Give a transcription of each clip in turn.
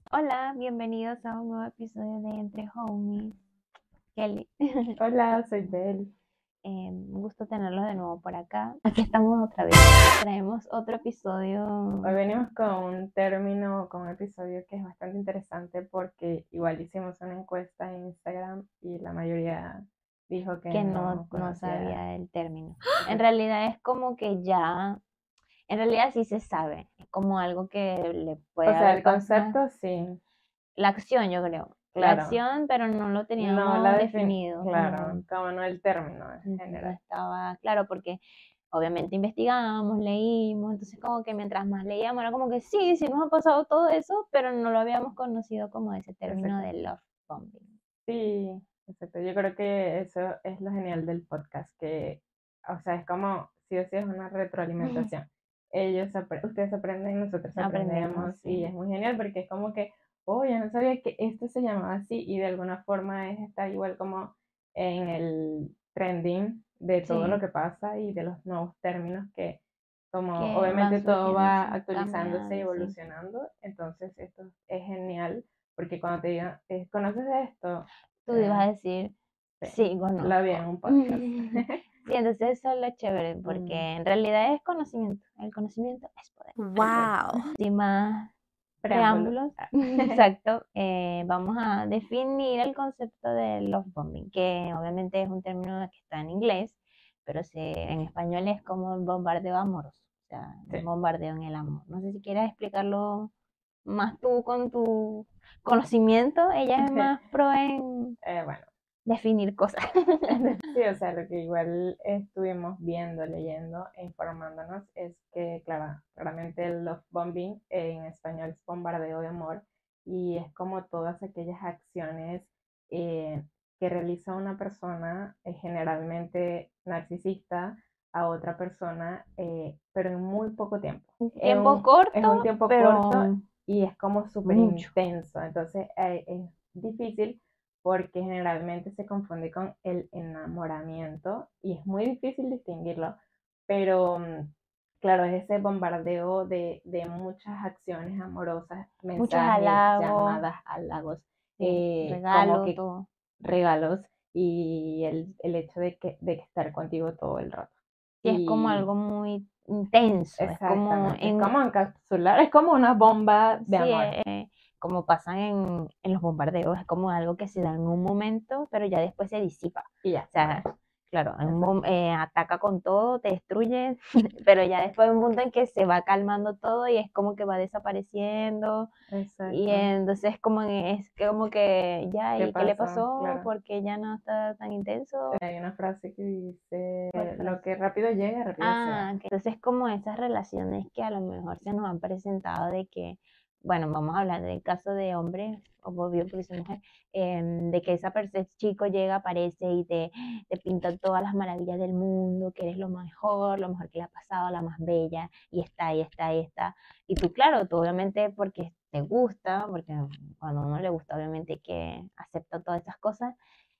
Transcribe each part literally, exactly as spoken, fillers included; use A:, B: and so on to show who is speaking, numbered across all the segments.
A: Hola, bienvenidos a un nuevo episodio de Entre Homies. Kelly,
B: Hola, soy Bel.
A: eh, un gusto tenerlos de nuevo por acá. Aquí estamos otra vez. Traemos otro episodio.
B: Hoy venimos con un término, con un episodio que es bastante interesante porque igual hicimos una encuesta en Instagram y la mayoría dijo que
A: Que no,
B: no
A: no
B: conocía
A: sabía el término. En
B: ese.
A: realidad es como que ya, en realidad sí se sabe. Es como algo que le puede
B: O sea,
A: haber
B: el
A: pasado.
B: concepto sí,
A: La acción, yo creo. La
B: claro,
A: acción, pero no lo
B: no la
A: teníamos
B: defin,
A: definido.
B: claro,
A: No,
B: como no el término en
A: no
B: general.
A: estaba claro porque obviamente investigamos, leímos, entonces como que mientras más leíamos era como que sí, sí nos ha pasado todo eso, pero no lo habíamos conocido como ese término
B: Exacto.
A: de love bombing.
B: Sí, exacto. Yo creo que eso es lo genial del podcast, que, o sea, es como, sí o sí es una retroalimentación. Ellos, apre- ustedes aprenden, nosotros
A: Aprendemos,
B: aprendemos, y
A: sí.
B: es muy genial porque es como que, oh, ya no sabía que esto se llamaba así, y de alguna forma es estar igual como en el trending de todo lo
A: Sí,
B: que pasa y de los nuevos términos que, como
A: que van
B: obviamente todo
A: surgiendo,
B: va
A: sí,
B: actualizándose y
A: cambiando, sí.
B: evolucionando, entonces esto es genial porque cuando te digan, eh, ¿conoces de esto?
A: Tú ibas
B: Eh,
A: a decir,
B: sí,
A: sí,
B: lo vi en
A: conozco.
B: un podcast.
A: Sí, entonces eso es lo chévere, porque
B: Mm,
A: en realidad es conocimiento. El conocimiento es poder.
B: exacto.
A: Wow. Sin más
B: Preámbulo.
A: preámbulos,
B: Ah.
A: exacto, eh, vamos a definir el concepto de love bombing, que obviamente es un término que está en inglés, pero se, en español es como el bombardeo amoroso, o sea, un
B: Sí.
A: bombardeo en el amor. No sé si quieres explicarlo más tú con tu conocimiento, ella es más pro en
B: Eh, bueno,
A: definir cosas.
B: sí, o sea, lo que igual estuvimos viendo, leyendo e informándonos es que, claro, claramente el love bombing en español es bombardeo de amor y es como todas aquellas acciones eh, que realiza una persona, eh, generalmente narcisista, a otra persona, eh, pero en muy poco tiempo.
A: Un
B: Es
A: tiempo
B: un, es un
A: corto,
B: tiempo corto
A: pero
B: y es como súper
A: mucho.
B: intenso, entonces eh, es difícil porque generalmente se confunde con el enamoramiento y es muy difícil distinguirlo, pero mm, claro, es ese bombardeo de, de muchas acciones amorosas,
A: Muchos
B: mensajes,
A: halagos,
B: llamadas, halagos,
A: sí,
B: eh, como
A: regalos,
B: que
A: todo.
B: regalos y el, el hecho de, que, de estar contigo todo el rato.
A: Sí, es como
B: Y
A: algo muy intenso, es como
B: exactamente, es
A: en,
B: como encapsular, es como una bomba de
A: sí,
B: amor.
A: eh, como pasan en, en los bombardeos, es como algo que se da en un momento, pero ya después se disipa.
B: Y ya,
A: O sea, claro, en un
B: exacto.
A: mom- eh, ataca con todo, te destruye, pero ya después hay un punto en que se va calmando todo y es como que va desapareciendo. Y
B: Exacto.
A: entonces como es como que ya,
B: ¿Qué
A: ¿y qué le
B: pasa?
A: pasó?
B: Claro.
A: Porque ya no está tan intenso.
B: Hay una frase que dice,
A: ¿Cuál
B: lo
A: frase?
B: que rápido llega, rápido se va.
A: Ah, ok. Entonces como esas relaciones que a lo mejor se nos han presentado de que, bueno, vamos a hablar del caso de hombre, o obvio porque soy mujer, em, de que esa persona, chico llega, aparece y te, te pinta todas las maravillas del mundo, que eres lo mejor, lo mejor que le ha pasado, la más bella, y está, y está, y está. Y tú, claro, tú obviamente porque te gusta, porque cuando a uno le gusta, obviamente que acepta todas esas cosas,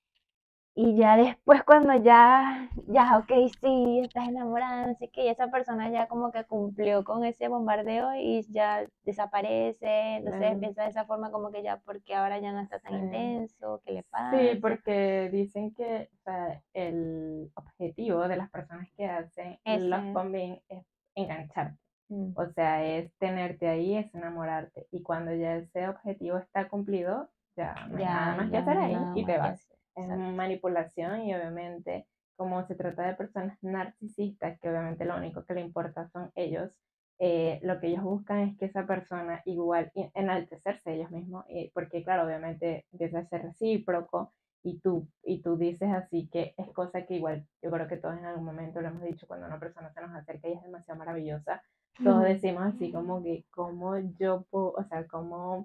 A: y ya después cuando ya, ya, ok, sí, estás enamorada, no sé qué, y esa persona ya como que cumplió con ese bombardeo y ya desaparece, entonces
B: Em,
A: empieza de esa forma como que ya, porque ahora ya no está tan
B: sí.
A: intenso, ¿qué le
B: Sí,
A: pasa?
B: porque dicen que o sea, el objetivo de las personas que hacen love
A: Ese,
B: bombing es engancharte.
A: mm,
B: O sea, es tenerte ahí, es enamorarte. Y cuando ya ese objetivo está cumplido, ya no hay nada
A: ya,
B: más que
A: ya no
B: hacer
A: hay
B: ahí
A: nada
B: y
A: más
B: te
A: que
B: vas.
A: hacer,
B: Es
A: exacto.
B: manipulación y obviamente como se trata de personas narcisistas, que obviamente lo único que le importa son ellos, eh, lo que ellos buscan es que esa persona igual y- enaltecerse ellos mismos, eh, porque claro, obviamente empieza a ser recíproco y tú, y tú dices así que es cosa que igual yo creo que todos en algún momento lo hemos dicho cuando una persona se nos acerca y es demasiado maravillosa, todos decimos así como que cómo yo puedo, o sea, cómo,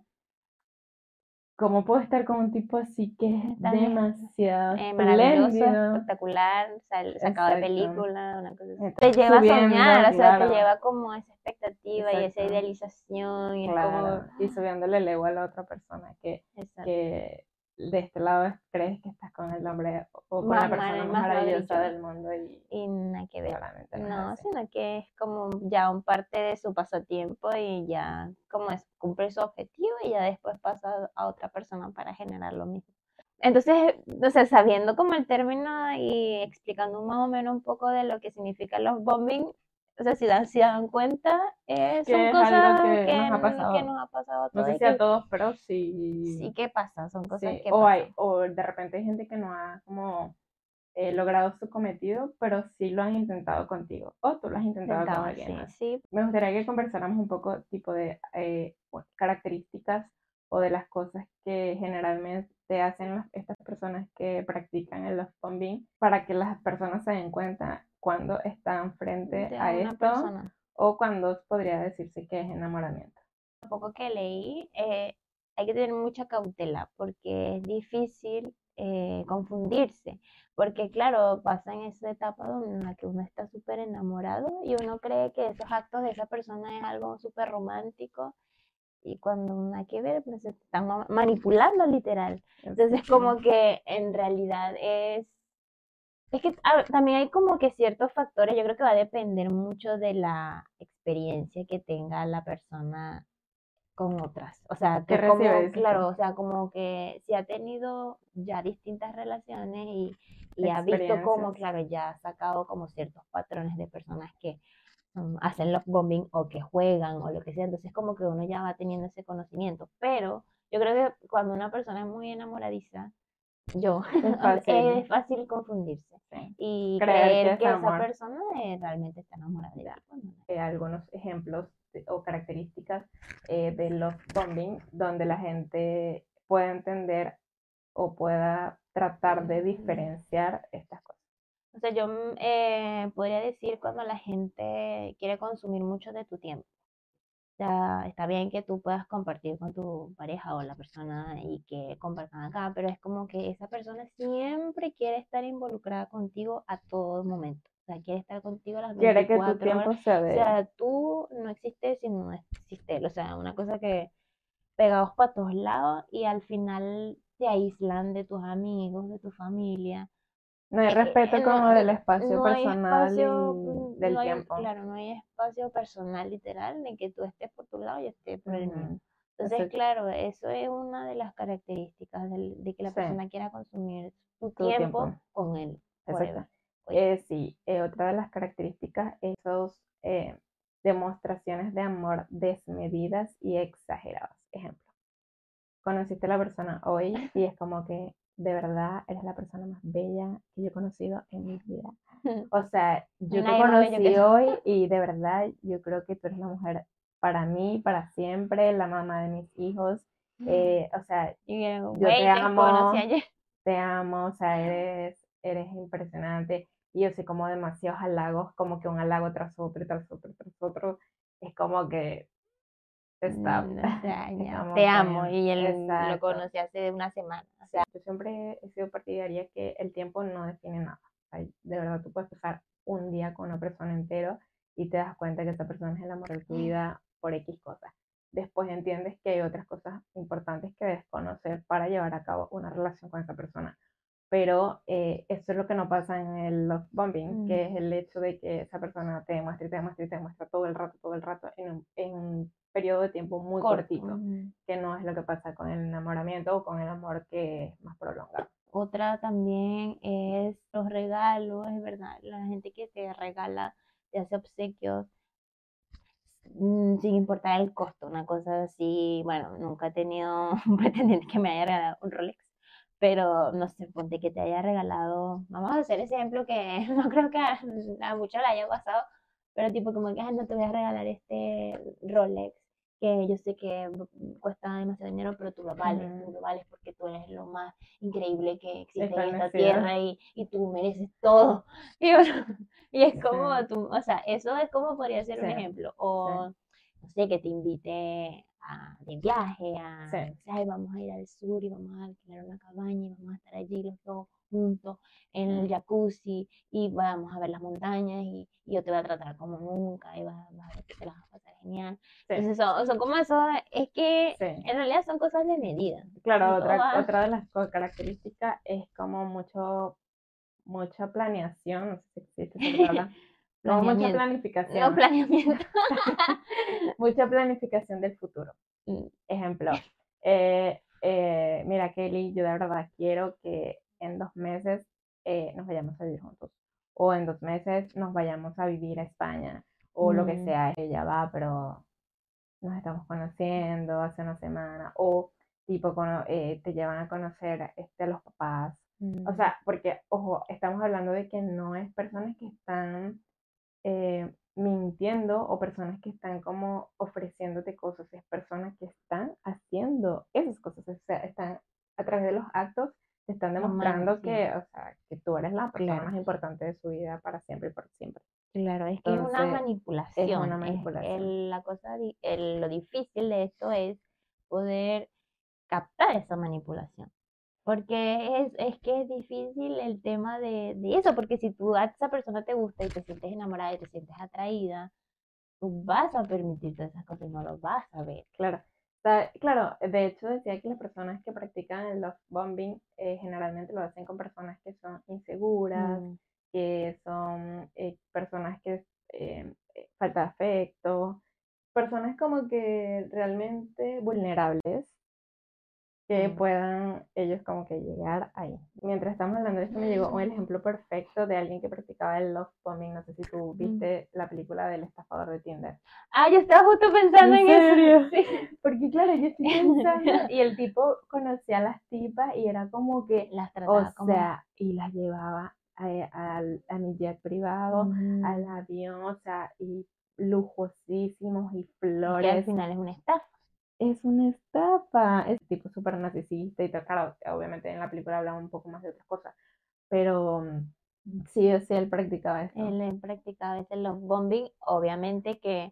B: cómo puedo estar con un tipo así que es
A: Tan es-
B: demasiado
A: eh, maravilloso,
B: espléndido,
A: espectacular, sal- sacado de
B: exacto,
A: película, una cosa así. Te
B: entonces,
A: lleva a soñar,
B: subiendo,
A: o sea, te
B: claro,
A: lleva como a esa expectativa y esa
B: exacto.
A: idealización y es como,
B: Claro, y subiéndole el ego a la otra persona que,
A: exacto.
B: que de este lado crees que estás con el hombre o con
A: Más
B: la
A: mal-
B: persona más
A: más
B: maravillosa
A: maravilloso.
B: del mundo y
A: Y nada que ver.
B: claramente no es
A: No,
B: así.
A: sino que es como ya un parte de su pasatiempo y ya como es cumplir su objetivo y ya después pasa a otra persona para generar lo mismo. Entonces, o sea, sabiendo como el término y explicando más o menos un poco de lo que significan los bombing, o sea, si dan, si dan cuenta, eh, son
B: Que es algo
A: cosas
B: que
A: que,
B: nos ha
A: n- que
B: pasado,
A: nos ha pasado a
B: no
A: todos
B: sé
A: y
B: si a
A: que
B: todos, pero sí,
A: sí que pasan, son cosas
B: sí,
A: que
B: o hay,
A: pasan.
B: o de repente hay gente que no ha como eh, logrado su cometido, pero sí lo han intentado contigo, o tú lo has intentado con
A: Sentado
B: alguien
A: así,
B: más.
A: sí.
B: Me gustaría que conversáramos un poco tipo de eh, bueno, características o de las cosas que generalmente hacen las- estas personas que practican el love bombing para que las personas se den cuenta cuando están frente
A: De
B: a
A: una
B: esto
A: persona.
B: o cuando podría decirse que es enamoramiento.
A: Lo poco que leí, eh, hay que tener mucha cautela porque es difícil eh, confundirse, porque claro, pasa en esa etapa donde en la que uno está súper enamorado y uno cree que esos actos de esa persona es algo súper romántico y cuando no hay que ver, pues se están ma- manipulando literal. Entonces como que en realidad es, es que a ver, también hay como que ciertos factores, yo creo que va a depender mucho de la experiencia que tenga la persona con otras. O sea,
B: ¿Qué
A: que
B: recibe,
A: como,
B: dices tú?
A: claro, o sea, como que si ha tenido ya distintas relaciones y, y ha visto como,
B: Experiencias.
A: claro, ya ha sacado como ciertos patrones de personas que um, hacen los bombing o que juegan o lo que sea, entonces como que uno ya va teniendo ese conocimiento. Pero yo creo que cuando una persona es muy enamoradiza, yo,
B: Es fácil,
A: es fácil confundirse
B: sí.
A: y
B: Creer que
A: creer
B: es
A: que esa
B: amor.
A: persona eh, realmente está enamorada de ti.
B: Ya.
A: cuando no.
B: Eh, algunos ejemplos de- o características eh, de love bombing donde la gente pueda entender o pueda tratar de diferenciar estas cosas.
A: O sea, yo mm, eh, podría decir cuando la gente quiere consumir mucho de tu tiempo. O sea, está bien que tú puedas compartir con tu pareja o la persona y que compartan acá, pero es como que esa persona siempre quiere estar involucrada contigo a todo momento. O sea, quiere estar contigo las
B: Quiere que tu
A: veinticuatro horas.
B: tiempo sea
A: O
B: de él.
A: sea, tú no existes si no existe él. O sea, una cosa que pegados para todos lados y al final te aíslan de tus amigos, de tu familia.
B: No hay
A: Eh,
B: respeto
A: eh, no,
B: como del espacio
A: no hay
B: personal
A: espacio,
B: y
A: mm, no
B: del
A: hay,
B: tiempo.
A: claro, no hay espacio personal literal de que tú estés por tu lado y yo esté por el mío.
B: Ujú.
A: Entonces,
B: Eso-
A: claro, eso es una de las características del- de que la
B: sí,
A: persona quiera consumir su
B: tu tiempo.
A: tiempo con él,
B: Exacto.
A: forever. Oye,
B: Eh, sí, eh, otra de las características es esos eh, demostraciones de amor desmedidas y exageradas. Ejemplo, conociste a la persona hoy y es como que de verdad eres la persona más bella que yo he conocido en mi vida. O sea,
A: no hay
B: yo te
A: nadie más bello que
B: conocí
A: tú.
B: hoy y de verdad yo creo que tú eres la mujer para mí, para siempre, la mamá de mis hijos. Eh, o sea,
A: Y que,
B: yo te
A: güey, te conocí
B: amo,
A: ayer.
B: te amo, o sea, eres, eres impresionante. Y yo sé como demasiados halagos, como que un halago tras otro, tras otro, tras otro. Es como que, stop.
A: Mm, O sea,
B: Es
A: ya, te
B: como
A: amo.
B: que,
A: Y él lo
B: exacto.
A: conocí hace una semana. O
B: Sí,
A: sea,
B: yo siempre he sido partidaria que el tiempo no define nada. O sea, de verdad tú puedes pasar un día con una persona entero y te das cuenta que esa persona es el amor de tu vida por X cosas. Después entiendes que hay otras cosas importantes que debes conocer para llevar a cabo una relación con esa persona. Pero eh, eso es lo que no pasa en el love bombing,
A: mm,
B: que es el hecho de que esa persona te demuestra y te demuestra y te demuestra todo el rato, todo el rato, en un, en un periodo de tiempo muy
A: corto.
B: cortito,
A: mm.
B: que no es lo que pasa con el enamoramiento o con el amor que es más prolongado.
A: Otra también es los regalos, es verdad, la gente que te regala, te hace obsequios mm, sin importar el costo, una cosa así, bueno, nunca he tenido un pretendiente que me haya regalado un Rolex, pero no sé, ponte que te haya regalado, vamos a hacer ese ejemplo que no creo que a, a muchos le haya pasado, pero tipo como que, "Ah, no te voy a regalar este Rolex, que yo sé que cuesta demasiado dinero, pero tú lo vales, tú
B: Ujú.
A: lo vales porque tú eres lo más increíble que existe en esta
B: Desconocido.
A: tierra y, y tú mereces todo." Y, bueno, y es
B: Sí,
A: como, tú, o sea, eso es como podría ser
B: sí,
A: un ejemplo.
B: sí,
A: O, no sé, que te invite a, de viaje, a,
B: sí.
A: no sé, "Ay, vamos a ir al sur y vamos a alquilar una cabaña y vamos a estar allí los dos juntos en el jacuzzi y vamos a ver las montañas y, y yo te voy a tratar como nunca y vas, vas a ver que te las vas a pasar genial.
B: Sí,
A: Entonces son, son como eso, es que
B: sí.
A: en realidad son cosas de medida.
B: Claro,
A: Son
B: otra,
A: todas,
B: otra de las co- características es como mucho, mucha planeación, no sé si existe esa palabra, como mucha
A: planeamiento, no
B: planificación,
A: planeamiento.
B: mucha planificación del futuro.
A: Mm,
B: Ejemplo, eh, eh, mira Kelly, yo de verdad quiero que en dos meses eh, nos vayamos a vivir juntos, o en dos meses nos vayamos a vivir a España, o lo que
A: mm,
B: sea, ella va, pero nos estamos conociendo hace una semana, o tipo cono- eh, te llevan a conocer este, a los papás. O
A: mm.
B: sea, porque, ojo, estamos hablando de que no es personas que están eh, mintiendo o personas que están como ofreciéndote cosas, es personas que están haciendo esas cosas, o sea, están a través de los actos, te están
A: Tomando,
B: demostrando
A: sí,
B: que, o sea, que tú eres la persona
A: claro.
B: más importante de su vida para siempre y por siempre.
A: Claro, es que es una
B: Entonces, es una
A: manipulación. Es
B: manipulación.
A: el- la cosa, di- el- lo difícil de esto es poder captar esa manipulación. Porque es, es que es difícil el tema de, de eso, porque si tú a esa persona te gusta y te sientes enamorada y te sientes atraída, tú vas a permitir todas esas cosas y no lo vas a ver.
B: Claro. O sea, claro, de hecho decía que las personas que practican el love bombing eh, generalmente lo hacen con personas que son inseguras,
A: Mm,
B: que son eh, personas que eh, eh, falta de afecto, personas como que realmente vulnerables que
A: mm.
B: puedan ellos como que llegar ahí. Mientras estamos hablando de esto me llegó un ejemplo perfecto de alguien que practicaba el love bombing. No sé si tú
A: Mm.
B: viste la película del estafador de Tinder.
A: Ah, yo estaba justo pensando
B: ¿En
A: en
B: serio?
A: eso. Sí.
B: Porque claro, yo estoy pensando, y el tipo conocía a las tipas y era como que,
A: Las
B: o
A: trataba como...
B: sea, y las llevaba a, a, a mi jet privado, al
A: Mm,
B: avión, o sea, y lujosísimos y
A: es que al
B: flores.
A: final es una estafa.
B: Es una estafa, es tipo súper narcisista y tal. Claro, obviamente en la película hablaba un poco más de otras cosas, pero mm, sí o sí él practicaba esto.
A: Él eh, practicaba ese love bombing, obviamente que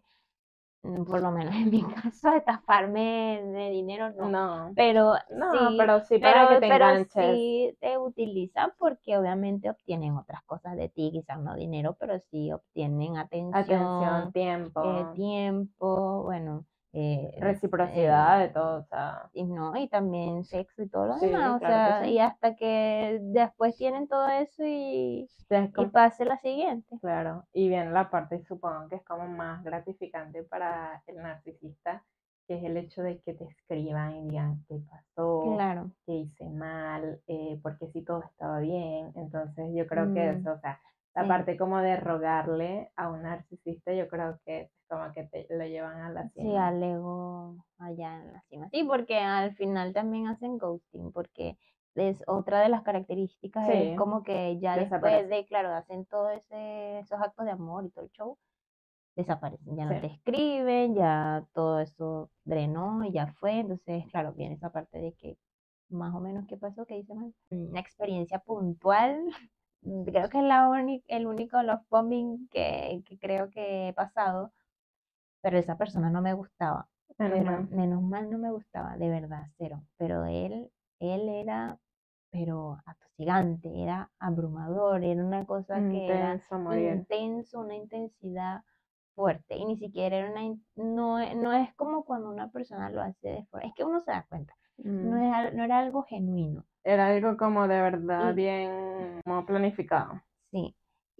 A: mm, por lo menos en mi caso, estafarme de dinero no,
B: No,
A: pero
B: no,
A: sí,
B: pero sí para que
A: pero,
B: te
A: pero
B: enganches.
A: sí te utilizan porque obviamente obtienen otras cosas de ti, quizás no dinero, pero sí obtienen
B: Atención,
A: atención, eh,
B: tiempo,
A: tiempo, bueno, eh,
B: reciprocidad
A: eh,
B: de todo, o sea,
A: y no, y también sexo y todo lo
B: sí,
A: demás, o
B: claro que
A: sea, y
B: sí.
A: hasta que después tienen todo eso y,
B: Entonces,
A: y
B: como-
A: pase la siguiente.
B: claro, y bien la parte supongo que es como más gratificante para el narcisista, que es el hecho de que te escriban y digan qué pasó,
A: Claro.
B: qué hice mal, eh, porque si todo estaba bien. Entonces yo creo que
A: Mm,
B: eso, o sea, la
A: sí.
B: parte como de rogarle a un narcisista, yo creo que es como que te lo llevan a la
A: Sí,
B: cima.
A: al ego allá en la cima. Sí, porque al final también hacen ghosting, porque es otra de las características es
B: Sí,
A: como que ya después
B: desaparece.
A: de, claro, hacen todos ese, esos actos de amor y todo el show, desaparecen, ya
B: Sí.
A: no te escriben, ya todo eso drenó y ya fue, entonces, claro, viene esa parte de que más o menos qué pasó, qué hice mal. Una experiencia puntual, creo que es la uni- el único love bombing que, que creo que he pasado, pero esa persona no me gustaba,
B: Menos
A: pero
B: mal.
A: menos mal no me gustaba, de verdad, cero, pero él, él era, pero atosigante, era abrumador, era una cosa que era
B: Intenso a morir.
A: intenso, una intensidad fuerte, y ni siquiera era una, in- no, e- no es como cuando una persona lo hace de forma, es que uno se da cuenta, no,
B: Mm.
A: es, al- no era algo genuino,
B: Era algo como de verdad
A: y
B: bien como planificado.
A: sí,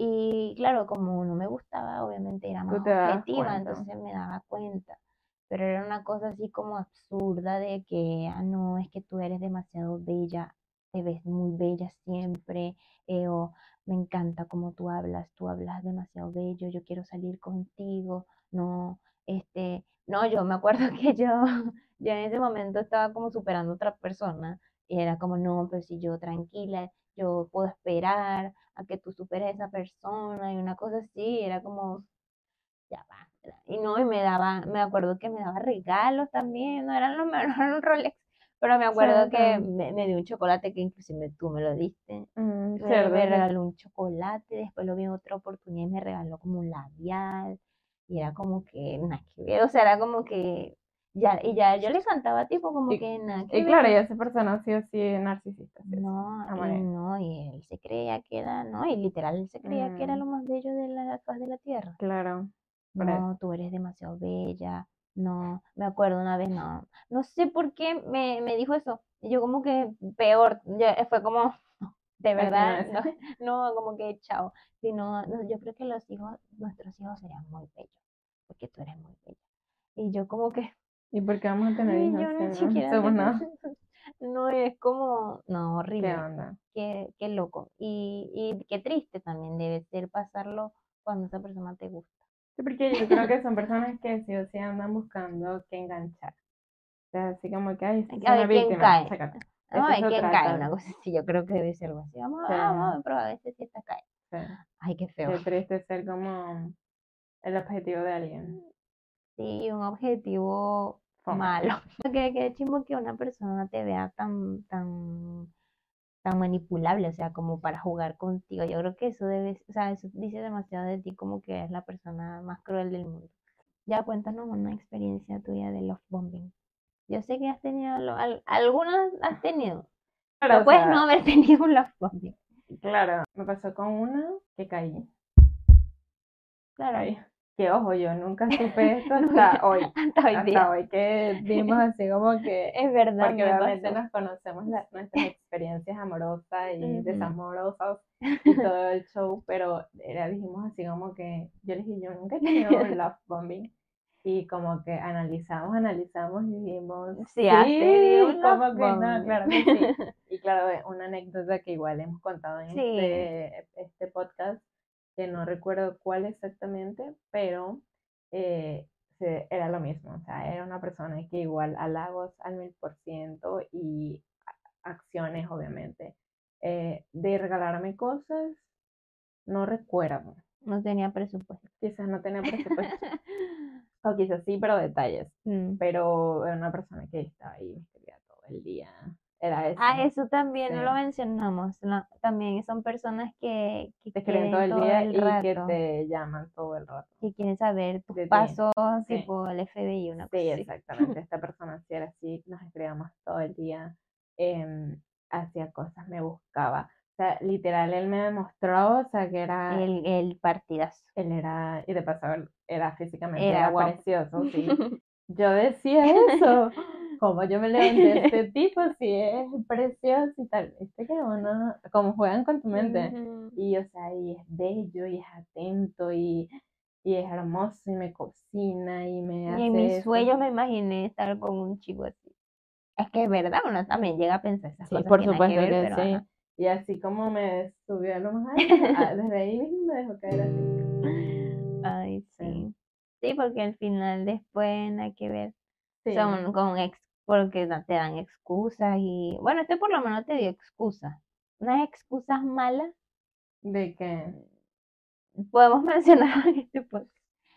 A: y claro, como no me gustaba, obviamente era
B: Tú
A: más
B: te das
A: objetiva,
B: cuenta.
A: entonces me daba cuenta. Pero era una cosa así como absurda de que, ah, no, es que tú eres demasiado bella, te ves muy bella siempre, eh, o me encanta cómo tú hablas, tú hablas demasiado bello, yo quiero salir contigo, no, este, no, yo me acuerdo que yo, yo en ese momento estaba como superando a otra persona y era como, no, pero si yo tranquila, yo puedo esperar a que tú superes a esa persona y una cosa así, era como, ya va. Y no, y me daba, me acuerdo que me daba regalos también, no eran los mejores Rolex, pero me
B: Sí,
A: acuerdo que
B: también.
A: me, me dio un chocolate que inclusive tú me lo diste.
B: Mm,
A: Me,
B: cierto,
A: me
B: sí.
A: regaló un chocolate, después lo vi en otra oportunidad y me regaló como un labial. Y era como que nada que ver, o sea, era como que ya, y ya yo le cantaba tipo como
B: Y,
A: que nada que
B: y claro, y
A: ver.
B: esa persona sí o sí es narcisista, sí o sí.
A: No,
B: A
A: y
B: morir.
A: no, y él se creía que era, no, y literal él se creía que era
B: Mm,
A: lo más bello de la faz de la tierra.
B: claro. por eso.
A: no, tú eres demasiado bella, no, me acuerdo una vez, no, no sé por qué me, me dijo eso, y yo como que peor, ya fue como, de
B: Así no
A: verdad,
B: es.
A: no, no, como que chao, sino, no, yo creo que los hijos, nuestros hijos serían muy bellos, porque tú eres muy bella, y yo como que,
B: ¿Y por qué vamos a tener
A: ay,
B: hijos
A: yo
B: si
A: ni
B: no
A: siquiera
B: somos
A: tengo,
B: nada?
A: no, es como, no,
B: ¿Qué
A: horrible,
B: onda?
A: qué, qué loco, y, y qué triste también debe ser pasarlo cuando esa persona te gusta.
B: Sí, porque yo creo que son personas que sí o sí andan buscando que enganchar. O sea, así como que, ay, esta es
A: A
B: una
A: ver quién
B: víctima,
A: cae.
B: sácala.
A: Vamos a
B: Este
A: ver
B: se
A: quién cae,
B: trata.
A: una cosa así. Yo creo que debe ser algo así. Vamos,
B: Sí,
A: a- vamos a probar a ver si esta cae.
B: sí.
A: Ay, qué feo.
B: Qué triste ser como el objetivo de alguien.
A: Sí, un objetivo
B: Fome.
A: malo. Que, que chimbo que una persona te vea tan, tan, tan manipulable, o sea, como para jugar contigo. Yo creo que eso debe, o sea, eso dice demasiado de ti como que es la persona más cruel del mundo. Ya cuéntanos una experiencia tuya de love bombing. Yo sé que has tenido, lo- al- algunas has tenido,
B: Pero,
A: pero
B: o
A: puedes no
B: sea,
A: haber tenido un love bombing.
B: claro, me pasó con una que caí.
A: Claro.
B: Caí. Que ojo, yo nunca supe esto
A: No,
B: hasta hoy.
A: hasta hoy
B: Hasta
A: día.
B: hoy que vimos así como que,
A: Es verdad,
B: porque
A: me
B: obviamente
A: pasó.
B: nos conocemos la- nuestras experiencias amorosas y
A: Ujú.
B: desamorosas y todo el show, pero era, dijimos así como que, yo les dije, yo nunca he tenido un love bombing. Y como que analizamos, analizamos y dijimos,
A: Sí, has tenido
B: sí,
A: un love
B: como que no,
A: bombing.
B: claro que sí. Y claro, es una anécdota que igual hemos contado en
A: Sí,
B: este, este podcast, que no recuerdo cuál exactamente, pero eh, se- era lo mismo, o sea, era una persona que igual halagos al mil por ciento y a- acciones, obviamente. Eh, de regalarme cosas, no recuerdo,
A: no tenía presupuesto.
B: quizás no tenía presupuesto, o quizás sí, pero detalles.
A: Mm.
B: Pero era una persona que estaba ahí, me escribía todo el día, era
A: Ah,
B: eso,
A: eso también
B: sí.
A: no lo mencionamos. No, también son personas que, que
B: Te escriben todo
A: quieren
B: el
A: todo
B: día
A: el
B: y que
A: rato,
B: te llaman todo el rato
A: que quieren saber tus
B: de ti.
A: pasos,
B: Sí.
A: tipo el F B I, una cosa
B: Sí,
A: así.
B: exactamente. Esta persona sí era así, nos escribíamos todo el día, em, hacía cosas, me buscaba. O sea, literal, él me demostró, o sea, que era,
A: El, el partidazo.
B: él era, y de paso, él era físicamente,
A: Era
B: era
A: guapo.
B: precioso, sí. Yo decía eso, como yo me levanté, este tipo sí es precioso y tal, este que uno, como juegan con tu mente.
A: Ujú.
B: Y, o sea, y es bello, y es atento, y, y es hermoso, y me cocina, y me
A: Y en mis
B: hace esto.
A: sueños me imaginé estar con un chico así. Es que es verdad, uno también llega a pensar esas
B: Sí,
A: cosas
B: por
A: que nada que
B: supuesto
A: ver,
B: que
A: pero
B: sí.
A: ajá.
B: Y así como me subió a lo más alto, ah, desde ahí mismo me dejó caer así.
A: Ay,
B: Sí,
A: sí. Sí, porque al final después nada que ver.
B: sí.
A: Son con ex, porque da- te dan excusas y, bueno, este por lo menos te dio excusas. Unas excusas malas,
B: ¿De qué?
A: podemos mencionar en este podcast.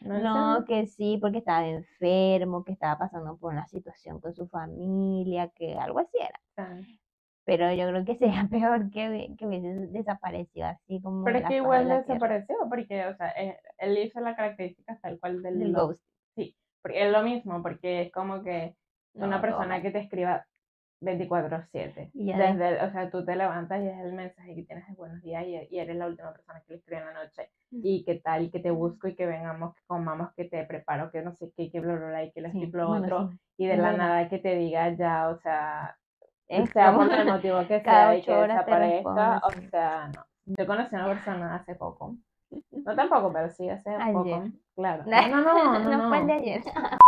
A: No,
B: ¿Menciono?
A: que sí, porque estaba enfermo, que estaba pasando por una situación con su familia, que algo así era.
B: Ah.
A: Pero yo creo que sería peor que, hubie- que hubiese desaparecido así como
B: Pero
A: de
B: es
A: la
B: que
A: faz de
B: igual
A: la tierra,
B: desapareció, porque, o sea, eh, él hizo la característica tal cual del
A: del
B: love.
A: ghost.
B: Sí, porque es lo mismo, porque es como que una
A: No, todo
B: persona
A: mal.
B: que te escriba veinticuatro siete.
A: Y ya de-
B: Desde, el- o sea, tú te levantas y es el mensaje que tienes de buenos días y, y eres la última persona que le escribe en la noche. Y qué tal, y que te busco y que vengamos, que comamos, que te preparo, que no sé qué, que bla, bla, bla, y que lo
A: sí,
B: esto lo
A: bueno,
B: otro.
A: sí,
B: Y de
A: es
B: la
A: verdad.
B: nada que te diga ya, o sea,
A: Es
B: sea
A: como
B: por el motivo que
A: cada
B: sea y
A: ocho
B: que
A: horas te
B: desaparezca,
A: respondo,
B: o
A: sí.
B: sea, no. Yo conocí a una persona hace poco, no tampoco, pero sí hace
A: Ayer.
B: poco, claro. No, no, no, no,
A: No fue el de
B: no.
A: ayer.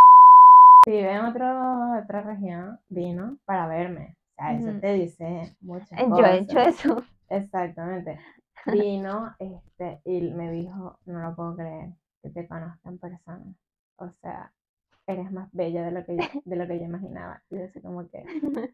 B: Si vive en otro, otra región, vino para verme. O sea, eso
A: Ujú.
B: te dice muchas
A: Yo he hecho
B: cosas.
A: eso.
B: Exactamente. Vino, este, y me dijo, no lo puedo creer, que te conozca en persona. O sea, eres más bella de lo que yo, de lo que yo imaginaba. Y yo así como que,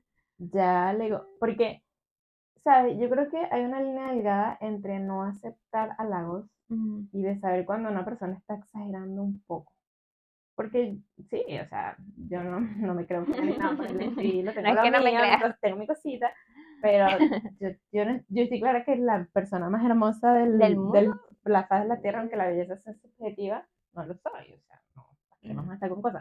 B: ya le digo, porque, ¿sabes? Yo creo que hay una línea delgada entre no aceptar halagos
A: Ujú.
B: y de saber cuando una persona está exagerando un poco. Porque sí, o sea, yo no, no me creo fea ni nada por el estilo,
A: No
B: tengo
A: es
B: lo
A: que no me
B: mío, mi
A: creas.
B: cos- tengo mi cosita, pero yo, yo, no- yo estoy clara que es la persona más hermosa
A: ¿Del
B: del,
A: mundo?
B: del, la faz de la tierra, aunque la belleza sea subjetiva, no lo soy, o sea, no, ¿para qué vamos a estar con cosas?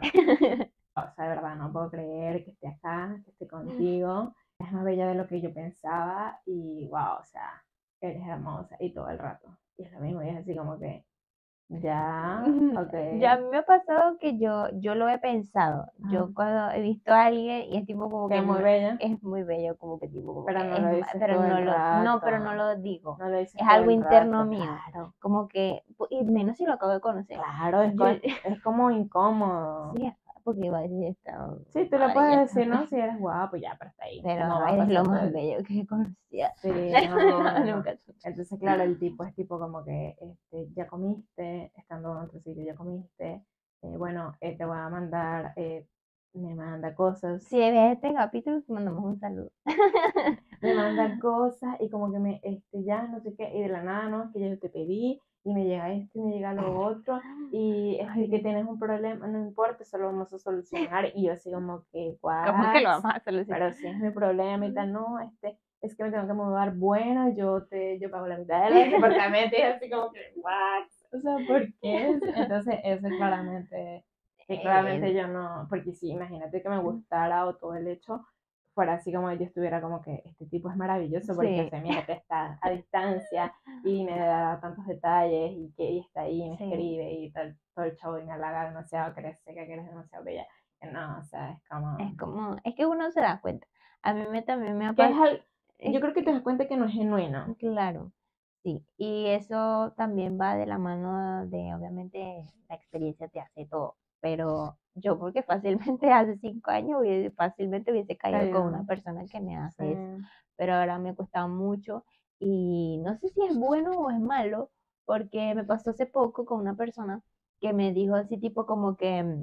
B: O sea, de verdad, no puedo creer que esté acá, que esté contigo, es más bella de lo que yo pensaba y wow, o sea, eres hermosa y todo el rato. Y es lo mismo, y es así como que Ya, ok.
A: Ya a mí me ha pasado que yo, yo lo he pensado. Yo
B: Ajá.
A: cuando he visto a alguien y es tipo como
B: Que
A: que
B: es muy
A: me-
B: bella,
A: es muy bello, como que tipo como
B: pero
A: que
B: no
A: es,
B: lo
A: ma-
B: dices
A: pero
B: todo
A: no
B: el
A: lo, no, pero no
B: rato.
A: lo digo.
B: No lo dices
A: Es
B: todo
A: algo
B: el
A: interno
B: rato,
A: mío.
B: claro.
A: Como que, y menos si lo acabo de conocer.
B: Claro, es,
A: Yo,
B: co- es como incómodo.
A: sí, porque iba a decir esta
B: Sí, tú le
A: madre ya
B: puedes
A: está.
B: decir, no, si eres guapo, ya, pero hasta ahí.
A: Pero
B: No va a
A: eres lo
B: pasar todo
A: más
B: el...
A: bello que he conocido.
B: Sí, no, no, no.
A: Nunca.
B: Entonces, claro, el tipo es tipo como que, este, ya comiste, estando en otro sitio, ya comiste, eh, bueno, eh, te voy a mandar, eh, me manda cosas,
A: Si ves este capítulo, te mandamos un saludo.
B: me manda cosas y como que me, este, ya, no sé qué, y de la nada, ¿no? Es que yo te pedí y me llega esto y me llega lo otro y
A: Ay,
B: este, que
A: Dios.
B: tienes un problema, no importa, solo vamos a solucionar y yo así como que,
A: ¿Cómo que
B: what?
A: lo vamos a solucionar?
B: Pero si es mi problema y tal, no, este, es que me tengo que mudar, bueno, yo te, yo pago la mitad del departamento y así como que, what? O sea, ¿por qué? Entonces, eso claramente, que claramente
A: Eh,
B: yo no, porque sí, imagínate que me gustara o todo el hecho fuera así como yo estuviera como que este tipo es maravilloso porque, o
A: sí,
B: sea, mira, te está a distancia y me da tantos detalles y que ella está ahí y me
A: sí.
B: escribe y tal, todo el show y me halaga demasiado, que eres seca, que eres demasiado bella. Que no, o sea, es como...
A: Es como, es que uno se da cuenta. A mí me, también me ha
B: Que es
A: pasado,
B: al... Yo creo que te das cuenta que no es genuino.
A: claro, sí. Y eso también va de la mano de, obviamente, la experiencia te hace todo. Pero yo, porque fácilmente hace cinco años, hubiese- fácilmente hubiese caído con una
B: Caído.
A: persona que me
B: Sí.
A: hace eso. Pero ahora me cuesta mucho y no sé si es bueno o es malo, porque me pasó hace poco con una persona que me dijo así tipo como que,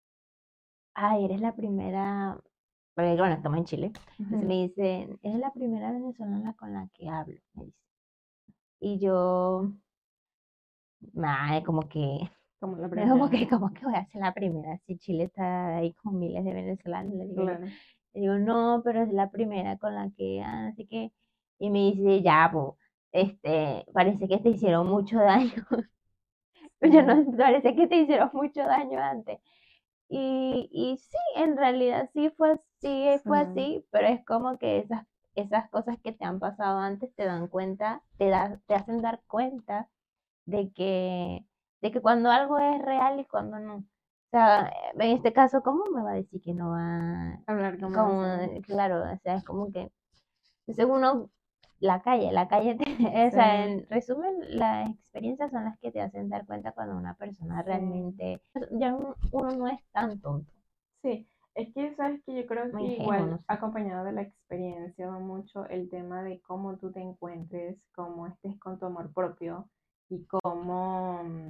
A: ay, eres la primera, porque bueno, estamos en Chile, entonces
B: Ujú.
A: me dice, eres la primera venezolana con la que hablo, me dice. Y yo, ay, como que,
B: Como la
A: como
B: primera.
A: que, como que voy a ser la primera, si Chile está ahí con miles de venezolanos, le digo yo.
B: Claro.
A: Le digo, no, pero es la primera con la que, ah, así que, y me dice, ya, pues, este, parece que te hicieron mucho daño. Yo
B: Sí.
A: no, parece que te hicieron mucho daño antes. Y, y sí, en realidad sí fue así,
B: Sí.
A: fue así, pero es como que esas, esas cosas que te han pasado antes te dan cuenta, te da, te hacen dar cuenta de que, de que cuando algo es real y cuando no. O sea, en este caso, ¿cómo me va a decir que no va?
B: Hablar como
A: Como,
B: eso.
A: claro, o sea, es como que, entonces uno, la calle, la calle, te- o
B: Sí.
A: sea, en resumen, las experiencias son las que te hacen dar cuenta cuando una persona
B: Sí.
A: realmente, ya uno, uno no es tan tonto,
B: Sí, es que sabes que yo creo
A: muy
B: que
A: ingenuo,
B: igual
A: no sé.
B: acompañado de la experiencia va mucho el tema de cómo tú te encuentres, cómo estés con tu amor propio y cómo mm,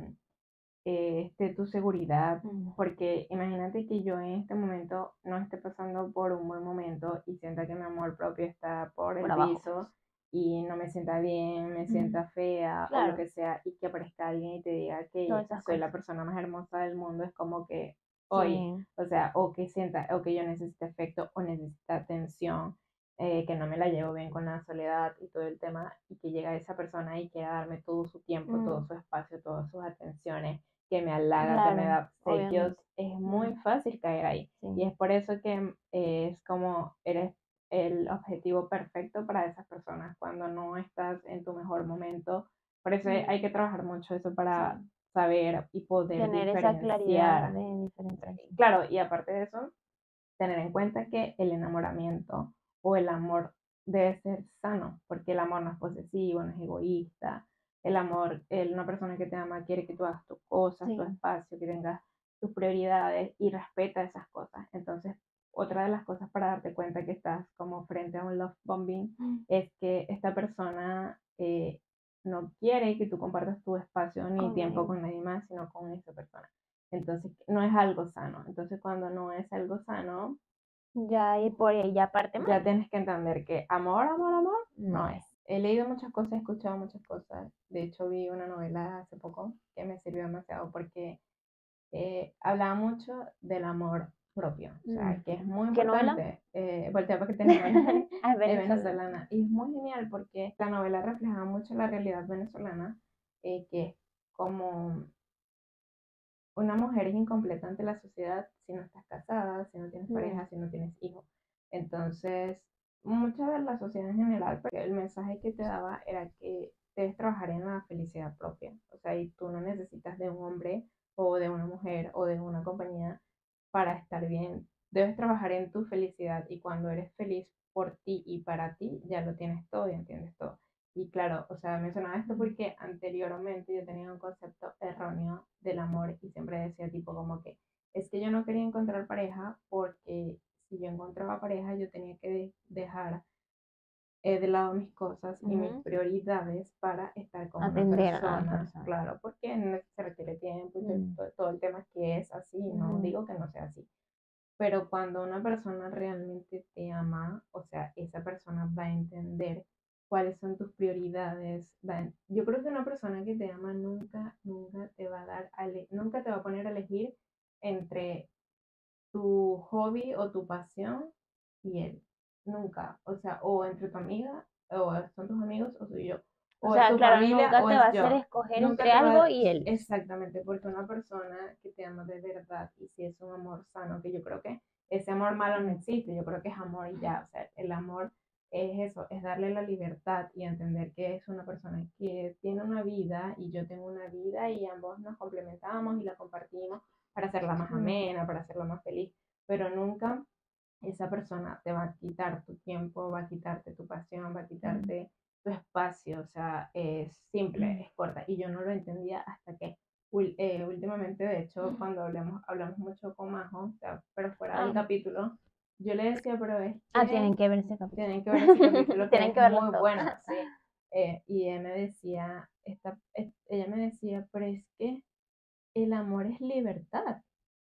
B: eh, esté tu seguridad,
A: Mm,
B: porque imagínate que yo en este momento no esté pasando por un buen momento y sienta que mi amor propio está por
A: por
B: el
A: abajo.
B: piso y no me sienta bien, me
A: Mm,
B: sienta fea o lo
A: claro,
B: que sea y que aparezca alguien y te diga
A: todas
B: que
A: esas
B: soy
A: cosas.
B: la persona más hermosa del mundo, es como que hoy,
A: Sí,
B: o sea, o que sienta, o que yo necesite afecto o necesite atención, eh, que no me la llevo bien con la soledad y todo el tema, y que llega esa persona y quiera darme todo su tiempo, todo
A: mm,
B: su espacio, todas sus atenciones, que me halaga, que me
A: claro,
B: da obsequios,
A: obviamente.
B: es
A: Mm,
B: muy fácil caer ahí. Y
A: sí,
B: es por eso que eh, es como eres el objetivo perfecto para esas personas cuando no estás en tu mejor momento. Por eso
A: mm,
B: hay que trabajar mucho eso para
A: sí.
B: saber y poder
A: Tener esa claridad
B: diferenciar.
A: de diferenciación.
B: Claro, y aparte de eso, tener en cuenta que el enamoramiento o el amor debe ser sano, porque el amor no es posesivo, no es egoísta. El amor, el, una persona que te ama quiere que tú hagas tus cosas, tu
A: Sí.
B: espacio, que tengas tus prioridades y respeta esas cosas. Entonces, otra de las cosas para darte cuenta que estás como frente a un love bombing
A: Mm,
B: es que esta persona eh, no quiere que tú compartas tu espacio ni
A: con
B: tiempo
A: nadie.
B: con nadie más, sino con esa persona. Entonces, no es algo sano. Entonces, cuando no es algo sano,
A: Ya, y por ella aparte
B: ya
A: mal.
B: tienes que entender que amor, amor, amor, no
A: No
B: es.
A: es.
B: He leído muchas cosas, he escuchado muchas cosas. De hecho, vi una novela hace poco que me sirvió demasiado porque eh, hablaba mucho del amor propio. O sea, que es
A: Ujú.
B: muy
A: ¿Qué novela?
B: importante. Eh, voltea para que te enamores.
A: Ah, es
B: Es
A: venezolana.
B: venezolana. Y es muy genial porque la novela refleja mucho la realidad venezolana, eh, que es como una mujer es incompleta ante la sociedad si no estás casada, si no tienes
A: Mm,
B: pareja, si no tienes hijos. Entonces, mucha de la sociedad en general, porque el mensaje que te daba era que debes trabajar en la felicidad propia. O sea, y tú no necesitas de un hombre o de una mujer o de una compañía para estar bien. Debes trabajar en tu felicidad y cuando eres feliz por ti y para ti, ya lo tienes todo y entiendes todo. Y claro, o sea, mencionaba esto porque anteriormente yo tenía un concepto erróneo del amor y siempre decía tipo como que es que yo no quería encontrar pareja porque si yo encontraba pareja yo tenía que de- dejar eh, de lado mis cosas y mis
A: Ujú.
B: prioridades para estar con una
A: Atender a la
B: persona,
A: persona.
B: claro, porque no se requiere tiempo y te-
A: Mm.
B: to- todo el tema es que es así, no
A: Ujú.
B: digo que no sea así, pero cuando una persona realmente te ama, o sea, esa persona va a entender cuáles son tus prioridades. Va a- yo creo que una persona que te ama nunca, nunca te va a dar, a ele- nunca te va a poner a elegir entre tu hobby o tu pasión y él. Nunca. O sea, o entre tu amiga, o son tus amigos, o soy yo.
A: O
B: O es
A: sea,
B: tu
A: claro,
B: familia,
A: nunca
B: o
A: te va
B: es
A: a hacer
B: yo.
A: escoger
B: Nunca
A: entre
B: te va
A: algo
B: a...
A: y él.
B: Exactamente, porque una persona que te ama de verdad, y si es un amor sano, que yo creo que ese amor malo no
A: Mm.
B: existe, yo creo que es amor y ya. O sea, el amor es eso, es darle la libertad y entender que es una persona que tiene una vida y yo tengo una vida y ambos nos complementamos y la compartimos para hacerla más
A: Mm.
B: amena, para hacerla más feliz, pero nunca esa persona te va a quitar tu tiempo, va a quitarte tu pasión, va a
A: Mm.
B: quitarte tu espacio, o sea, es simple,
A: Mm.
B: es corta. Y yo no lo entendía hasta que ul- eh, últimamente, de hecho, cuando hablamos, hablamos mucho con Majo, o sea, pero fuera del
A: Ah,
B: capítulo, yo le decía, pero es
A: ah,
B: que
A: tienen que ver ese capítulo.
B: tienen que ver ese capítulo que
A: Tienen
B: es
A: que verlo
B: muy
A: todo.
B: bueno, sí. Eh, y ella me decía, esta, es- ella me decía, pero es que el amor es libertad.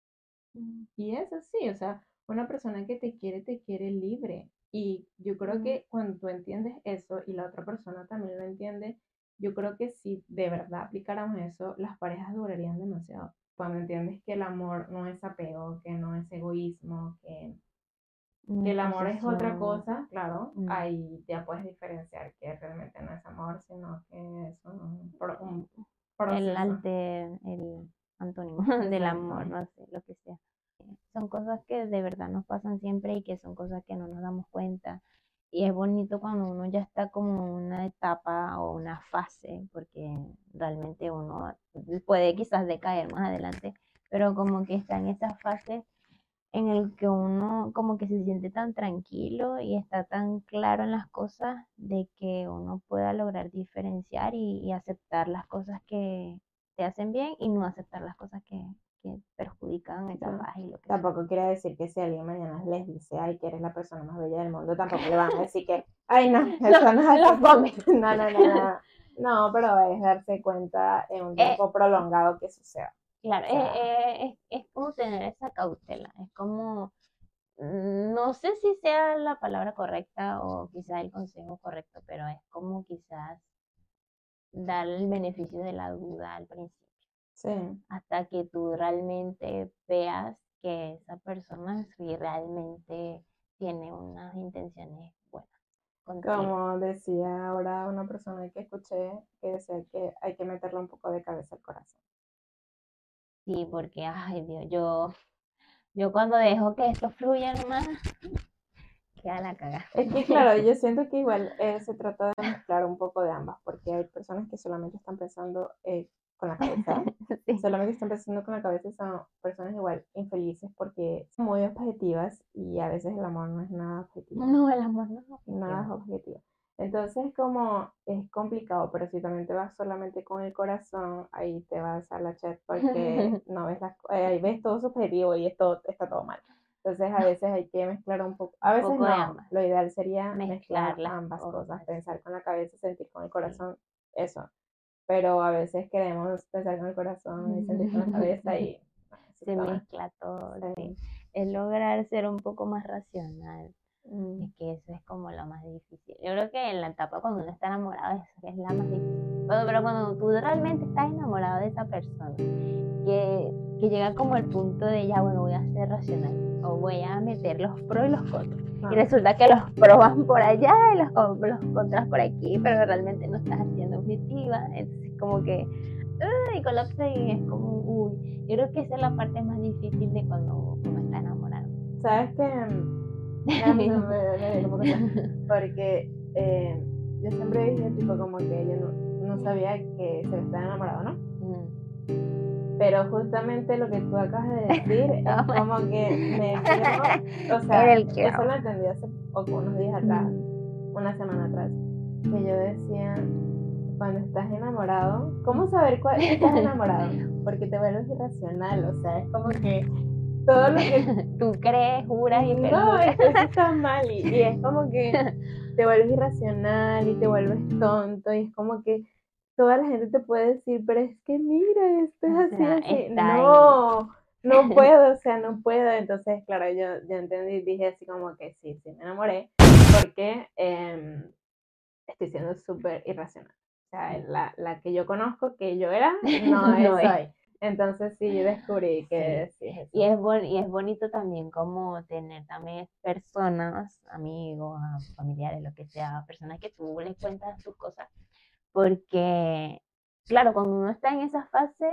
A: Mm.
B: Y es así, o sea, una persona que te quiere, te quiere libre. Y yo creo
A: Mm.
B: que cuando tú entiendes eso y la otra persona también lo entiende, yo creo que si de verdad aplicáramos eso, las parejas durarían demasiado. Cuando entiendes que el amor no es apego, que no es egoísmo, que,
A: No
B: que
A: es
B: el amor es otra
A: posesión.
B: cosa, claro,
A: Mm.
B: ahí ya puedes diferenciar que realmente no es amor, sino que es un, pro- un
A: El
B: proceso.
A: alte, el antónimo del amor,
B: Exacto.
A: no sé, lo que sea. Son cosas que de verdad nos pasan siempre y que son cosas que no nos damos cuenta. Y es bonito cuando uno ya está como en una etapa o una fase, porque realmente uno puede quizás decaer más adelante, pero como que está en esa fase en el que uno como que se siente tan tranquilo y está tan claro en las cosas de que uno pueda lograr diferenciar y, y aceptar las cosas que te hacen bien y no aceptar las cosas que, que perjudican esa
B: Claro.
A: paz y lo que sea.
B: Tampoco quiere decir que si alguien mañana les dice, ay, que eres la persona más bella del mundo, tampoco le van a decir que, ay, no, eso no es
A: Lo
B: así.
A: come.
B: No, no, no, no. No, pero es darse cuenta en un
A: Eh,
B: tiempo prolongado que suceda.
A: claro,
B: O
A: es,
B: sea,
A: es, es como tener esa cautela, es como, mm, no sé si sea la palabra correcta o quizás el consejo correcto, pero es como quizás dar el beneficio de la duda al principio,
B: sí.
A: hasta que tú realmente veas que esa persona sí realmente tiene unas intenciones buenas contigo.
B: Como decía ahora una persona que escuché que decía que hay que meterle un poco de cabeza al corazón.
A: Sí, porque, ay Dios, yo, yo cuando dejo que esto fluya nomás, queda la cagada.
B: Es que, claro, yo siento que igual eh, se trata de mezclar un poco de ambas, porque hay personas que solamente están pensando eh, con la cabeza,
A: Sí.
B: solamente están pensando con la cabeza y son personas igual infelices porque son muy objetivas y a veces el amor no es nada objetivo,
A: No, el amor no es
B: nada es
A: objetivo.
B: objetivo. Entonces, como es complicado, pero si también te vas solamente con el corazón, ahí te vas a la chat porque no ves las, eh, ahí ves todo subjetivo y esto está todo mal. Entonces, a veces hay que mezclar un poco, a
A: Un
B: veces
A: poco de
B: no,
A: ambas.
B: lo ideal sería
A: Mezclar
B: mezclar
A: las
B: ambas cosas,
A: cosas.
B: pensar con la cabeza, sentir con el
A: Sí.
B: corazón, eso. Pero a veces queremos pensar con el corazón y sentir con la cabeza y no, eso
A: Se
B: está mal.
A: mezcla todo, sí.
B: Sí.
A: Es lograr ser un poco más racional.
B: Mm,
A: Es que eso es como lo más difícil. Yo creo que en la etapa cuando uno está enamorado es, es la más difícil. Pero, pero cuando tú realmente estás enamorado de esa persona, que, que llega como el punto de ya, bueno, voy a ser racional o voy a meter los pros y los contras.
B: ah,
A: Y resulta que los pros van por allá y los, los contras por aquí, pero realmente no estás haciendo objetiva. Entonces como que y colapsa y es como, uy, yo creo que esa es la parte más difícil de cuando uno está enamorado.
B: ¿Sabes qué? Ya me, me, me dio como cosa. Porque eh, yo siempre dije, tipo, como que yo no, no sabía que se estaba enamorado, ¿no?
A: Mm.
B: Pero justamente lo que tú acabas de decir es
A: No,
B: como que me firmo, o sea,
A: Era el
B: eso
A: clavo.
B: lo entendí hace poco, unos días atrás,
A: Mm.
B: una semana atrás, que yo decía, cuando estás enamorado, ¿cómo saber cuál estás enamorado? Porque te vuelves irracional, o sea, es como que todo lo que
A: Tú crees, juras y
B: no,
A: perjuras.
B: es que eso está mal y, y es como que te vuelves irracional y te vuelves tonto y es como que toda la gente te puede decir, pero es que mira, esto es
A: O
B: así,
A: sea,
B: así.
A: está
B: No, no puedo, o sea, no puedo. Entonces, claro, yo, yo entendí, dije así como que sí, sí, me enamoré porque eh, estoy siendo súper irracional. O sea, la, la que yo conozco que yo era, no
A: No
B: es
A: es.
B: hoy. Entonces sí descubrí que
A: Sí.
B: sí es
A: Y
B: eso.
A: es, bon- y es bonito también como tener también personas, amigos, ah, familiares, lo que sea, personas que tú les cuentas tus cosas, porque, claro, cuando uno está en esa fase,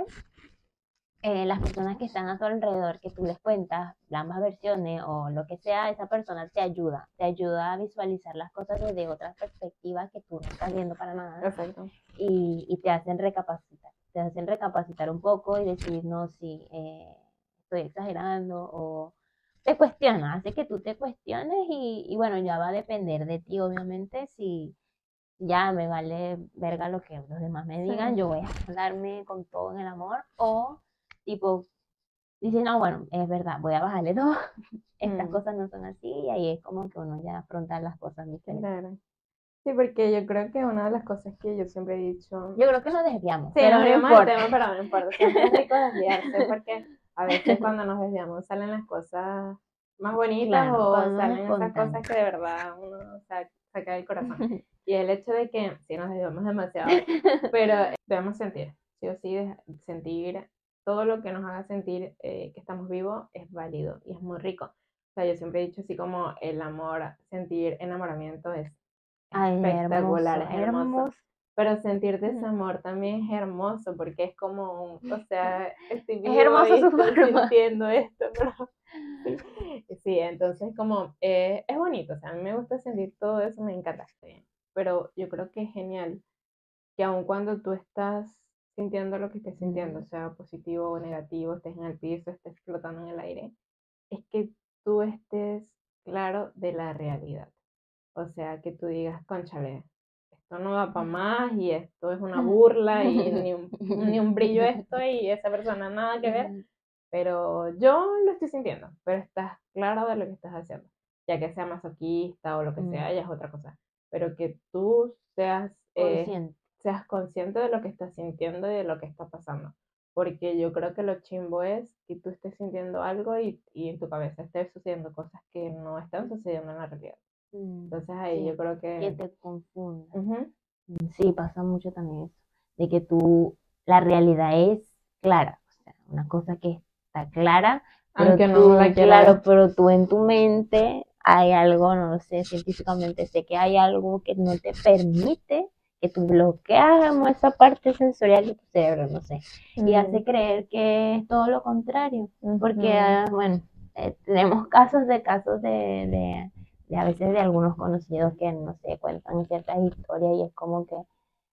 A: eh, las personas que están a tu alrededor, que tú les cuentas ambas versiones o lo que sea, esa persona te ayuda, te ayuda a visualizar las cosas desde otras perspectivas que tú no estás viendo para nada
B: Perfecto.
A: y, y te hacen recapacitar, te hacen recapacitar un poco y decir, no, sí, eh, estoy exagerando o te cuestiona, hace que tú te cuestiones y, y bueno, ya va a depender de ti, obviamente, si ya me vale verga lo que los demás me digan,
B: Sí.
A: yo voy a darme con todo en el amor o tipo, dice, no, bueno, es verdad, voy a bajarle dos, estas
B: Mm,
A: cosas no son así y ahí es como que uno ya afronta las cosas diferentes.
B: claro. Sí, porque yo creo que una de las cosas que yo siempre he dicho,
A: Yo creo que nos desviamos,
B: sí,
A: pero
B: nos
A: no
B: desviamos del
A: importa.
B: tema, pero no importa, siempre es rico desviarse porque a veces cuando nos desviamos salen las cosas más bonitas
A: Claro,
B: o
A: cuando es
B: salen esas
A: espontáneo.
B: cosas que de verdad uno sa- saca del corazón. Y el hecho de que, sí, nos desviamos demasiado, pero debemos sentir, sí o sí, de- sentir todo lo que nos haga sentir eh, que estamos vivos es válido y es muy rico. O sea, yo siempre he dicho así como el amor, sentir enamoramiento es
A: Ay, es
B: espectacular,
A: hermoso,
B: es hermoso.
A: hermoso.
B: Pero sentir desamor también es hermoso porque es como, un, o sea, estoy
A: Es
B: vivo y
A: hermoso su
B: estoy
A: forma.
B: sintiendo esto, pero sí, sí, entonces como eh, es bonito, o sea, a mí me gusta sentir todo eso, me encanta. Sí. Pero yo creo que es genial que aun cuando tú estás sintiendo lo que estés sintiendo, sea positivo o negativo, estés en el piso, estés flotando en el aire, es que tú estés claro de la realidad. O sea, que tú digas, cónchale, esto no va para más y esto es una burla y ni un, ni un brillo esto y esa persona nada que ver, pero yo lo estoy sintiendo, pero estás claro de lo que estás haciendo, ya que sea masoquista o lo que sea, ya es otra cosa, pero que tú seas, eh,
A: Consciente.
B: seas consciente de lo que estás sintiendo y de lo que está pasando, porque yo creo que lo chimbo es que tú estés sintiendo algo y, y en tu cabeza estés sucediendo cosas que no están sucediendo en la realidad.
A: Mm,
B: Entonces ahí yo
A: sí,
B: creo
A: que
B: que...
A: te confunda.
B: ujú,
A: Mm, sí, pasa mucho también eso, de que tú, la realidad es clara, o sea, una cosa que está clara, pero
B: aunque no la
A: tú,
B: quiera
A: claro,
B: ver.
A: pero tú en tu mente hay algo, no lo sé, científicamente sé que hay algo que no te permite, que tú bloqueas como esa parte sensorial de tu cerebro, no sé, y hace
B: Mm,
A: creer que es todo lo contrario, porque,
B: ujú,
A: ah, bueno, eh, tenemos casos de casos de, de de a veces de algunos conocidos que no sé, cuentan ciertas historias y es como que,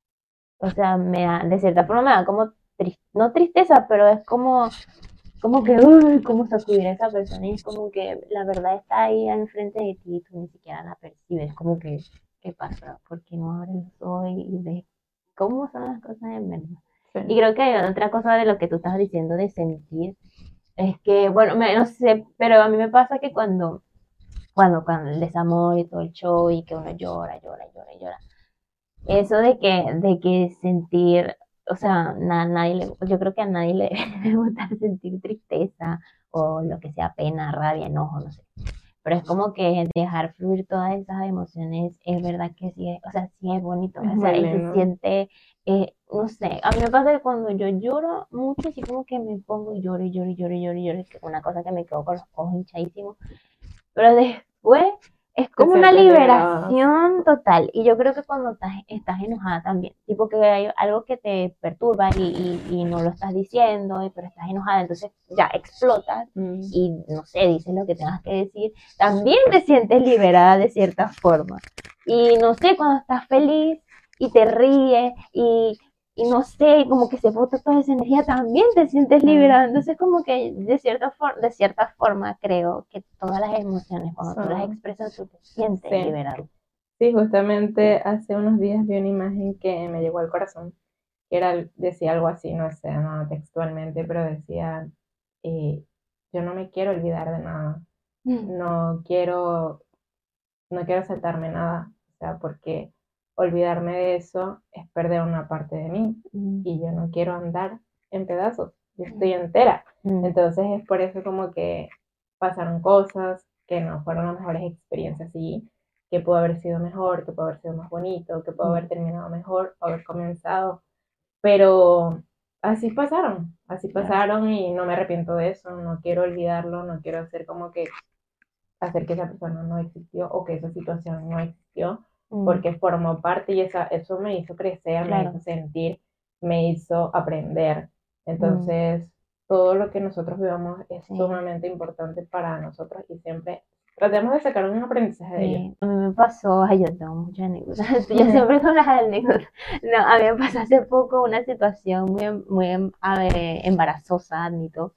A: o sea, me da, de cierta forma me da como, tris- no tristeza, pero es como, como que, uy, como sacudir a esa persona y es como que la verdad está ahí enfrente de ti y tú ni siquiera la percibes, como que, ¿qué pasa? ¿Por qué no abres los ojos y y ves cómo son las cosas en verdad? Y
B: sí.
A: creo que hay otra cosa de lo que tú estás diciendo de sentir, es que, bueno, me, no sé, pero a mí me pasa que cuando cuando, cuando el desamor y todo el show y que uno llora, llora, llora, llora. Eso de que, de que sentir, o sea, na- nadie le, yo creo que a nadie le debe gustar sentir tristeza o lo que sea, pena, rabia, enojo, no sé. Pero es como que dejar fluir todas esas emociones, es verdad que sí, es- o sea, sí es bonito,
B: Es
A: o
B: muy
A: sea, y se
B: lindo.
A: siente, eh, no sé, a mí me pasa que cuando yo lloro mucho, así como que me pongo y lloro y lloro y lloro y lloro y lloro, que es una cosa que me quedo con los ojos hinchadísimos, pero después es
B: Te
A: como una
B: sientes liberada.
A: liberación total. Y yo creo que cuando estás, estás enojada también, tipo que hay algo que te perturba y, y, y no lo estás diciendo, y- pero estás enojada, entonces ya explotas
B: Mm,
A: y no sé, dices lo que tengas que decir, también te sientes liberada de cierta forma. Y no sé, cuando estás feliz, y te ríes y, y no sé, como que se bota toda esa energía, también te sientes liberado. Entonces como que de cierta, for de cierta forma creo que todas las emociones, cuando tú las
B: Son,
A: expresas, tú te sientes
B: sí.
A: liberado.
B: Sí, justamente hace unos días vi una imagen que me llegó al corazón, que era, decía algo así, no sé, no textualmente, pero decía, eh, yo no me quiero olvidar de nada,
A: Mm,
B: no quiero, no quiero saltarme nada, o sea, porque olvidarme de eso es perder una parte de mí
A: mm,
B: y yo no quiero andar en pedazos, yo estoy entera.
A: mm,
B: Entonces es por eso como que pasaron cosas que no fueron las mejores experiencias y que pudo haber sido mejor, que pudo haber sido más bonito, que pudo haber
A: mm,
B: terminado mejor o haber comenzado, pero así pasaron, así
A: claro.
B: pasaron y no me arrepiento de eso, no quiero olvidarlo, no quiero hacer como que hacer que esa persona no existió o que esa situación no existió,
A: Mm,
B: porque formó parte y esa, eso me hizo crecer, me hizo
A: claro.
B: sentir, me hizo aprender.
A: Mm,
B: Entonces, todo lo que nosotros vivamos es
A: sí.
B: sumamente importante para nosotros y siempre tratemos de sacar un aprendizaje de ello.
A: Sí, a mí me pasó, ay, yo tengo muchas anécdotas, yo siempre con las anécdotas. No, a mí me pasó hace poco una situación muy, em- muy em- a ver, embarazosa, admito,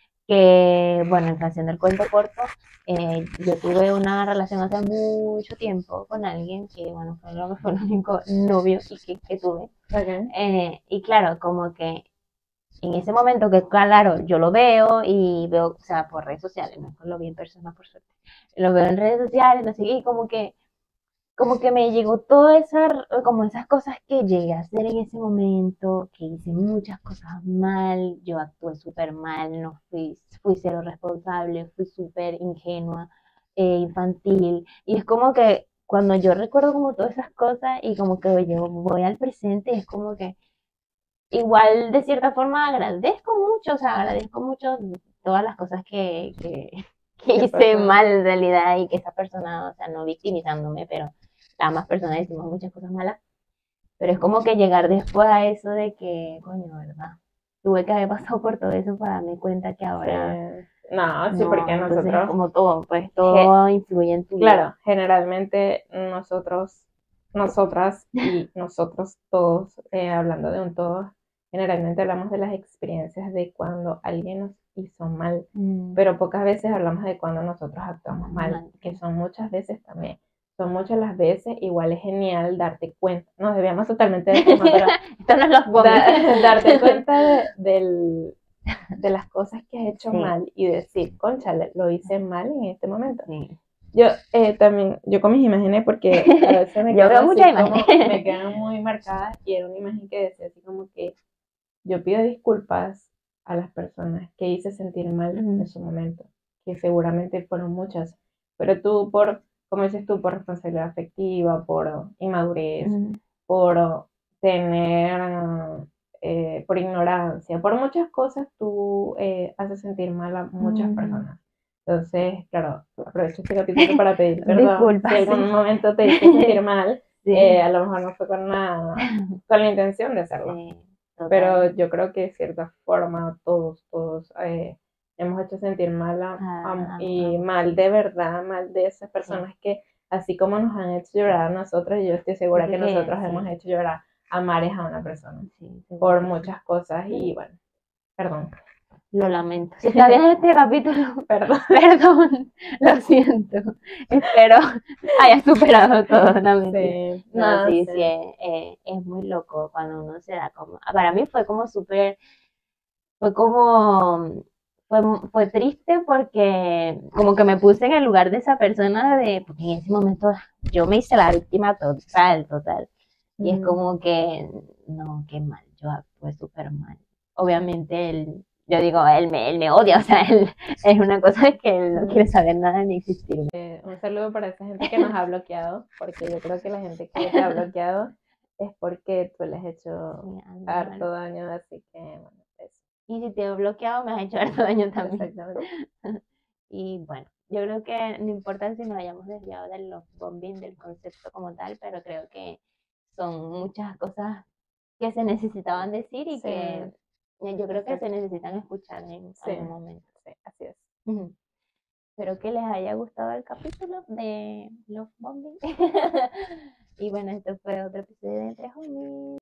A: que, bueno, en haciendo el cuento corto, eh, yo tuve una relación hace mucho tiempo con alguien que, bueno, fue, lo- fue el único novio y que, que tuve.
B: Okay.
A: Eh, y claro, como que en ese momento que, claro, yo lo veo y veo, o sea, por redes sociales, no lo vi en persona, por suerte, lo veo en redes sociales, no sé, y como que como que me llegó todas esas, como esas cosas que llegué a hacer en ese momento, que hice muchas cosas mal, yo actué súper mal, no fui, fui cero responsable, fui súper ingenua, eh, infantil, y es como que cuando yo recuerdo como todas esas cosas y como que yo voy al presente, es como que igual de cierta forma agradezco mucho, o sea, agradezco mucho todas las cosas que, que, que
B: ¿Qué
A: hice
B: pasó?
A: mal en realidad y que esa persona, o sea, no victimizándome, pero ambas personas hicimos muchas cosas malas, pero es como que llegar después a eso de que, coño, ¿verdad? Tuve que haber pasado por todo eso para darme cuenta que
B: Sí.
A: ahora
B: No, sí,
A: no,
B: porque
A: entonces es
B: nosotros,
A: como todo, pues
B: ge-
A: todo influye en tu vida.
B: claro, generalmente nosotros, nosotras y nosotros todos, eh, hablando de un todo, generalmente hablamos de las experiencias de cuando alguien nos hizo mal,
A: Mm,
B: pero pocas veces hablamos de cuando nosotros actuamos mal,
A: mal.
B: que son muchas veces también. Son muchas las veces, igual es genial darte cuenta. Nos debíamos totalmente del tema, pero
A: Esto no es los gomis.
B: da- darte cuenta de, del, de las cosas que has hecho
A: Sí,
B: mal y decir, cónchale, lo hice mal en este momento.
A: sí.
B: Yo eh, también, yo con mis imágenes, porque a veces me
A: Yo
B: quedan
A: veo muchas
B: así como, me
A: imágenes.
B: quedan muy marcadas y era una imagen que decía así como que yo pido disculpas a las personas que hice sentir mal en
A: Mm,
B: su momento, que seguramente fueron muchas, pero tú por, como dices tú, por responsabilidad afectiva, por inmadurez,
A: mm,
B: por tener, eh, por ignorancia, por muchas cosas tú eh, haces sentir mal a muchas
A: mm.
B: personas. Entonces, claro, aprovecho este capítulo para pedir perdón. Si
A: Disculpa,
B: algún
A: sí.
B: momento te hice sentir mal, eh,
A: Sí,
B: a lo mejor no fue con la, con la intención de hacerlo.
A: sí,
B: Pero
A: total.
B: yo creo que de cierta forma todos, todos eh, hemos hecho sentir mal a- a-
A: Ah,
B: y
A: ah,
B: mal de verdad, mal de esas
A: sí,
B: personas que así como nos han hecho llorar a nosotros, yo estoy
A: yo
B: segura que
A: creo que
B: nosotros hemos
A: sí,
B: hecho llorar a mares a una persona
A: sí, seguro
B: por
A: que sí.
B: muchas cosas y bueno, perdón,
A: Lo lamento. Si está bien este capítulo,
B: perdón.
A: perdón, lo siento. Espero hayas superado todo, no mentira.
B: Sí,
A: No,
B: no
A: sí, sí,
B: sé.
A: es, es, es muy loco cuando uno se da como. Para mí fue como súper, fue como, fue, fue triste porque como que me puse en el lugar de esa persona de, porque en ese momento yo me hice la víctima total, total. Y es
B: Ujú.
A: como que, no, qué mal, yo actué súper mal. Obviamente él, yo digo, él me, él me odia, o sea, él, es una cosa que él no quiere saber nada ni existir.
B: Eh, un saludo para esa gente que nos ha bloqueado, porque yo creo que la gente que te ha bloqueado es porque tú les has hecho
A: Sí, anda mal.
B: harto daño, así que bueno, eso,
A: Y si te he bloqueado, me has hecho harto daño también.
B: exactamente.
A: Y bueno, yo creo que no importa si nos hayamos desviado de los bombing, del concepto como tal, pero creo que son muchas cosas que se necesitaban decir y
B: Sí,
A: que yo creo que se
B: exacto.
A: necesitan escuchar en
B: Sí,
A: algún momento.
B: sí, así es.
A: Ujú. Espero que les haya gustado el capítulo de Love Bombing. Y bueno, esto fue otro episodio de Entre Homies.